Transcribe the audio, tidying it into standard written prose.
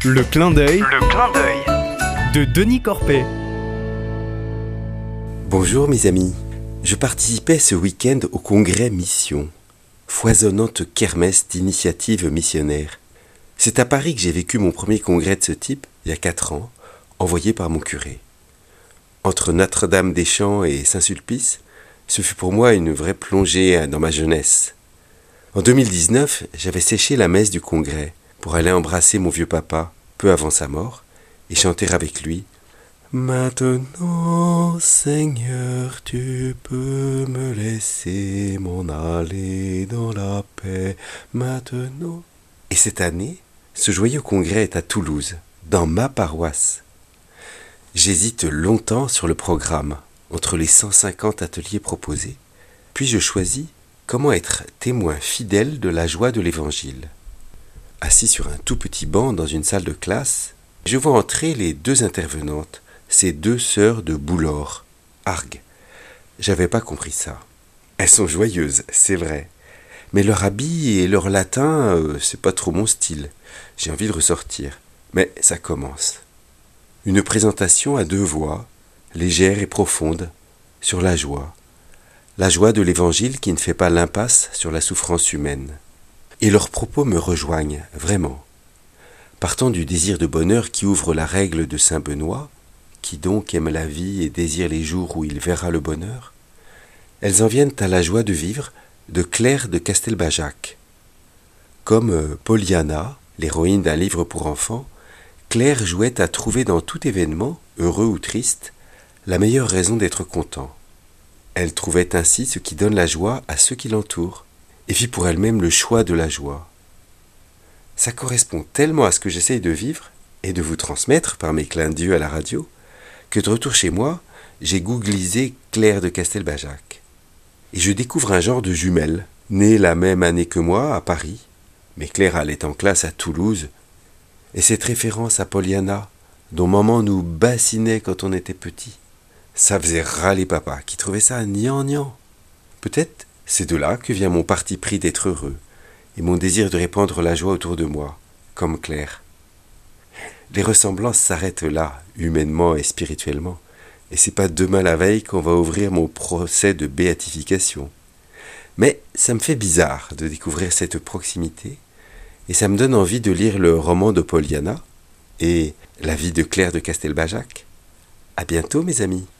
Le clin d'œil de Denis Corpet. Bonjour mes amis, je participais ce week-end au congrès Mission, foisonnante kermesse d'initiatives missionnaires. C'est à Paris que j'ai vécu mon premier congrès de ce type, il y a 4 ans, envoyé par mon curé. Entre Notre-Dame-des-Champs et Saint-Sulpice, ce fut pour moi une vraie plongée dans ma jeunesse. En 2019, j'avais séché la messe du congrès pour aller embrasser mon vieux papa, peu avant sa mort, et chanter avec lui « Maintenant, Seigneur, tu peux me laisser m'en aller dans la paix, maintenant. » Et cette année, ce joyeux congrès est à Toulouse, dans ma paroisse. J'hésite longtemps sur le programme, entre les 150 ateliers proposés, puis je choisis comment être témoin fidèle de la joie de l'Évangile. Assis sur un tout petit banc dans une salle de classe, je vois entrer les 2 intervenantes, ces 2 sœurs de Boulor, Argues. J'avais pas compris ça. Elles sont joyeuses, c'est vrai. Mais leur habit et leur latin, c'est pas trop mon style. J'ai envie de ressortir. Mais ça commence. Une présentation à 2 voix, légère et profonde, sur la joie. La joie de l'Évangile qui ne fait pas l'impasse sur la souffrance humaine. Et leurs propos me rejoignent, vraiment. Partant du désir de bonheur qui ouvre la règle de saint Benoît, qui donc aime la vie et désire les jours où il verra le bonheur, elles en viennent à la joie de vivre de Claire de Castelbajac. Comme Pollyanna, l'héroïne d'un livre pour enfants, Claire jouait à trouver dans tout événement, heureux ou triste, la meilleure raison d'être content. Elle trouvait ainsi ce qui donne la joie à ceux qui l'entourent, et fit pour elle-même le choix de la joie. Ça correspond tellement à ce que j'essaye de vivre, et de vous transmettre par mes clins d'yeux à la radio, que de retour chez moi, j'ai googlisé Claire de Castelbajac. Et je découvre un genre de jumelle, née la même année que moi à Paris, mais Claire allait en classe à Toulouse, et cette référence à Pollyanna, dont maman nous bassinait quand on était petit, ça faisait râler papa, qui trouvait ça gnangnan. Peut-être c'est de là que vient mon parti pris d'être heureux, et mon désir de répandre la joie autour de moi, comme Claire. Les ressemblances s'arrêtent là, humainement et spirituellement, et c'est pas demain la veille qu'on va ouvrir mon procès de béatification. Mais ça me fait bizarre de découvrir cette proximité, et ça me donne envie de lire le roman de Pollyanna et la vie de Claire de Castelbajac. À bientôt mes amis.